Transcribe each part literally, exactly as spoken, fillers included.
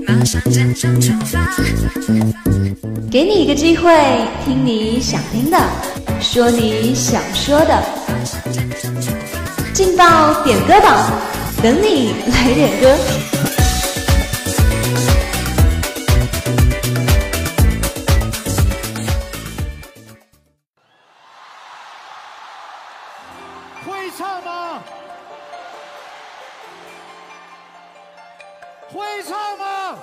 给你一个机会，听你想听的，说你想说的，劲爆点歌榜，等你来点歌。 会唱吗？会唱吗？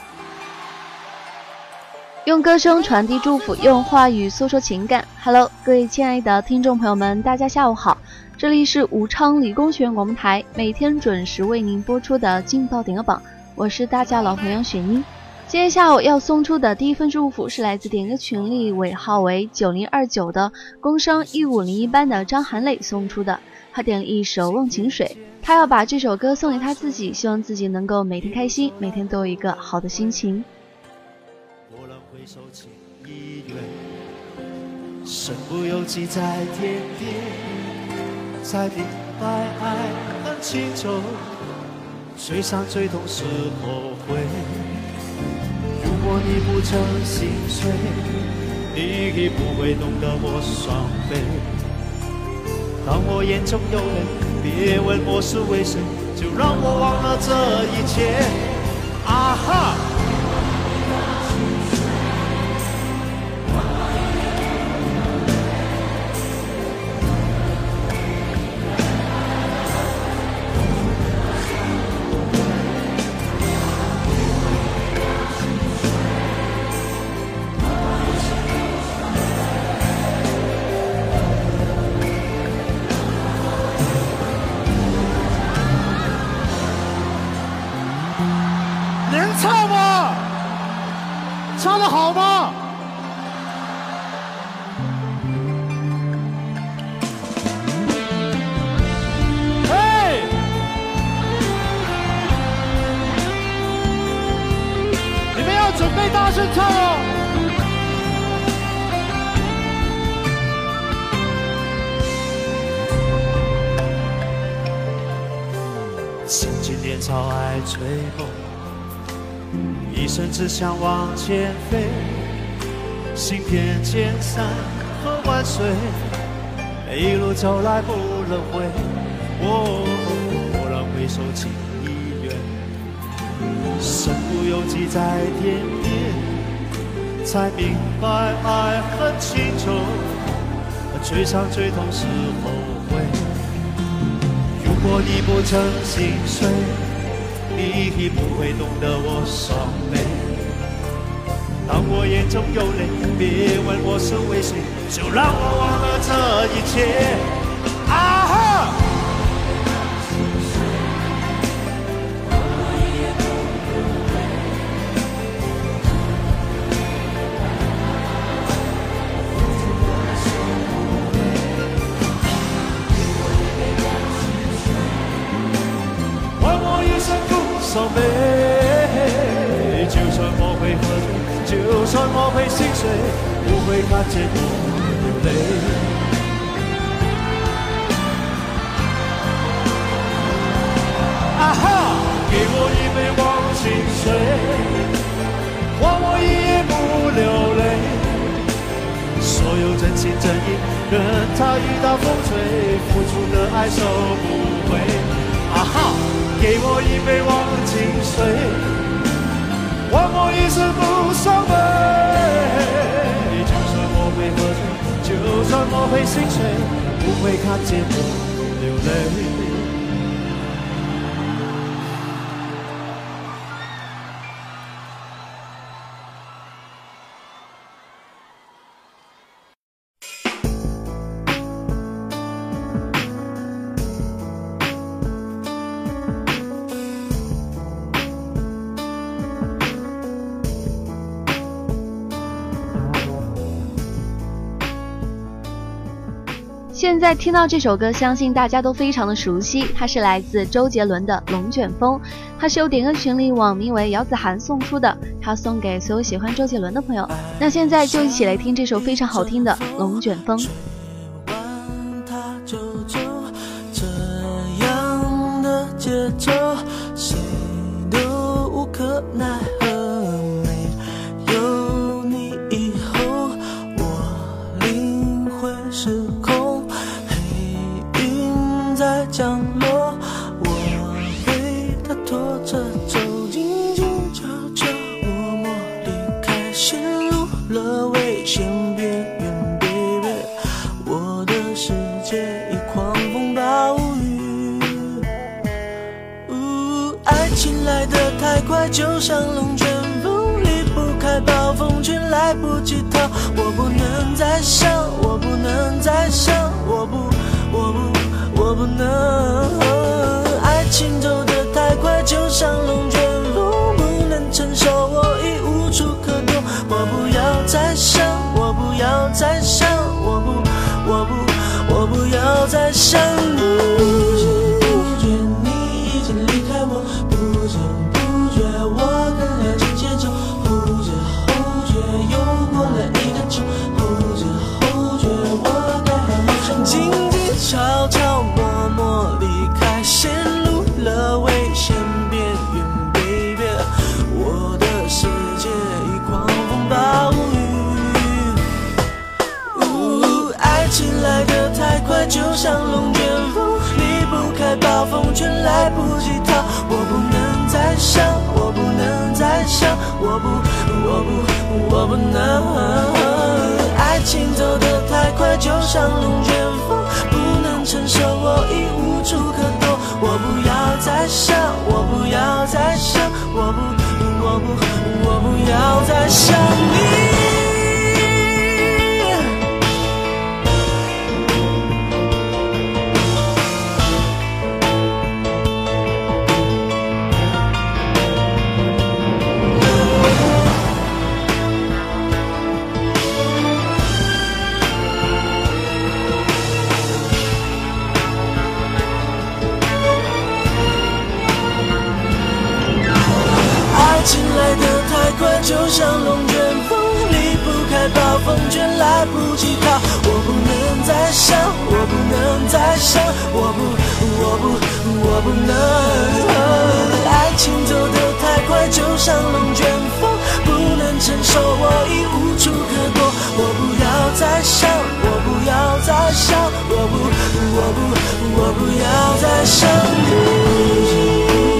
用歌声传递祝福，用话语诉说情感。Hello， 各位亲爱的听众朋友们，大家下午好，这里是武昌理工学院广播台，每天准时为您播出的劲爆点歌榜，我是大家老朋友雪妮。今天下午要送出的第一份祝福是来自点歌群里尾号为九零二九的工商一五零一班的张含泪送出的，他点了一首《忘情水》，他要把这首歌送给他自己，希望自己能够每天开心，每天都有一个好的心情。 蓦然回首情已远，身不由己在天边，才明白爱很清楚，最伤最痛是后悔。如果你不曾心碎，你已不会懂得我伤悲。当我眼中有泪，别问我是为谁，就让我忘了这一切。啊哈！能唱吗？唱得好吗？嘿！你们要准备大声唱哦！曾经年少爱追梦，一生只想往前飞，行遍千山和万水，一路走来不轮回。哦，蓦然回首情已远，身不由己在天边，才明白爱很清楚，最伤最痛是后悔。如果你不曾心碎，你已不会懂得我伤悲。当我眼中有泪，别问我是为谁，就让我忘了这一切。啊哈！还我一生不伤悲，就算我会喝醉，就算我会心碎，不会看见我流泪。啊哈！给我一杯忘情水，还我一夜不流泪。所有真心真意，任他遇到风吹，付出的爱收不回。啊哈！给我一杯忘情水，还我一生不伤悲。就算我会喝醉，就算我会心碎，不会看见我流泪。 现在听到这首歌，相信大家都非常的熟悉，它是来自周杰伦的《龙卷风》，它是由点歌群里网名为姚子涵送出的，它送给所有喜欢周杰伦的朋友。那现在就一起来听这首非常好听的《龙卷风》。 这样的节奏，谁都无可奈何。 情来得太快，就像龙卷风，离不开暴风圈，来不及逃。我不能再想，我不能再想，我不，我不，我不能。爱情走得太快，就像龙卷风，不能承受，我已无处可躲。我不要再想，我不要再想，我不，我不，我不要再想你。悄悄默默离开，陷入了危险边缘 ，baby， 我的世界已狂风暴雨。呜，爱情来得太快，就像龙卷风，离不开暴风圈，来不及逃。我不能再想，我不能再想，我不，我不，我不能。爱情走得太快，就像龙卷风。承受，我已无处可躲。我不要再想，我不要再想，我不，我不，我不要再想你。就像龙卷风，离不开暴风圈，来不及逃。我不能再想，我不能再想，我不，我不，我不能。爱情走得太快，就像龙卷风，不能承受，我已无处可躲。我不要再想，我不要再想，我不，我不，我不要再想你。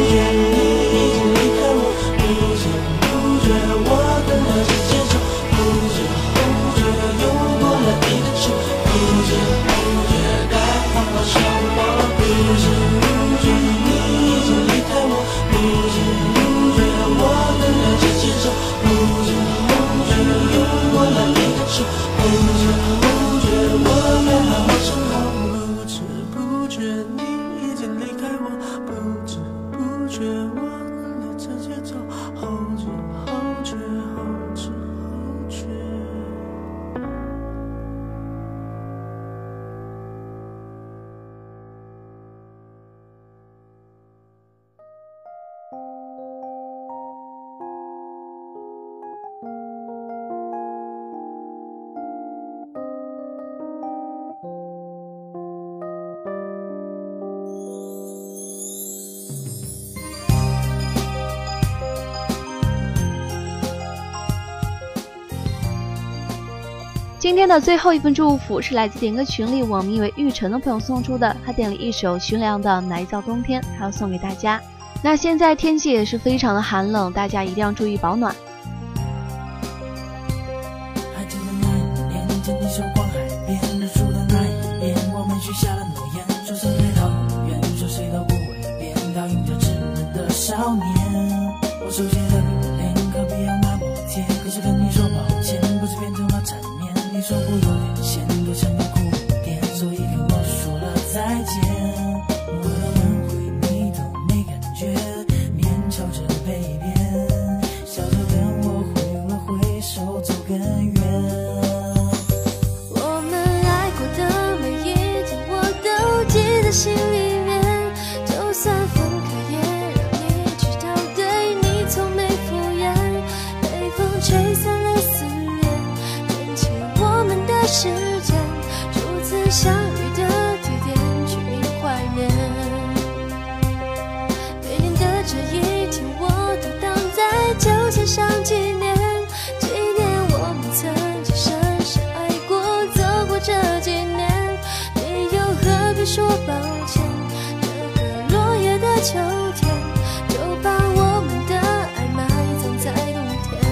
今天的最后一份祝福是来自点歌群里网名为玉成的朋友送出的，他点了一首徐良的《来到冬天》，他要送给大家。那现在天气也是非常的寒冷，大家一定要注意保暖。 还记得那一年，牵你手逛海边，日出的那一边，我们许下了诺言，说生来到永远，说谁都不会变，倒映着稚嫩的少年。我熟悉的脸，可不要那么甜，可是跟你说抱歉，不是变成了缠绵。你说不有点咸，多想要哭点，所以跟我说了再见。我的轮回你都没感觉，面朝着北边，笑着跟我挥了挥手走更远。 我们爱过的每一天，我都记在心里面，就算分开也让你知道，对你从没敷衍。北风吹散了思念，卷起我们的时间，初次相遇的地点，去怀念。每年的这一天，我都当在就写上纪念，纪念我们曾经深深爱过，走过这几年。你又何必说抱歉？这个落叶的秋天，就把我们的爱埋葬在冬天。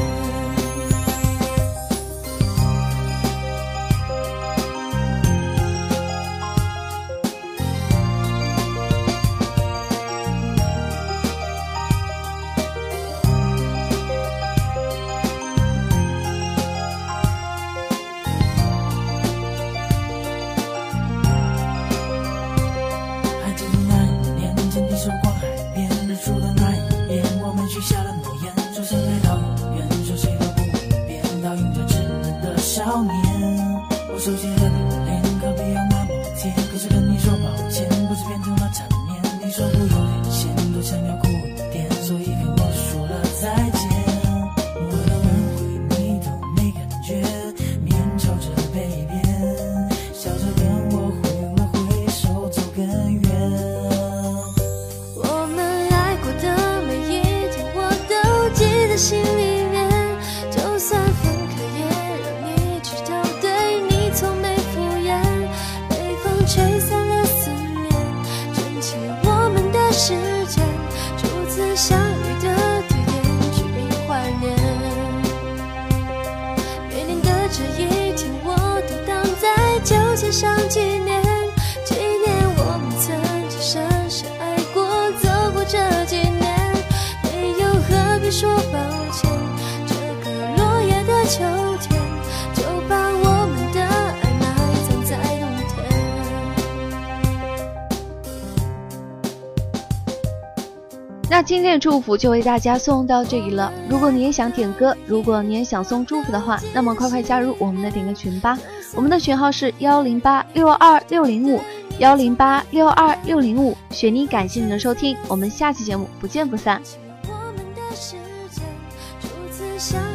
那今天的祝福就为大家送到这里了。如果你也想点歌，如果你也想送祝福的话，那么快快加入我们的点歌群吧。我们的群号是幺零八六二六零五幺零八六二六零五。雪妮，感谢你的收听，我们下期节目不见不散。 我们的时间初次相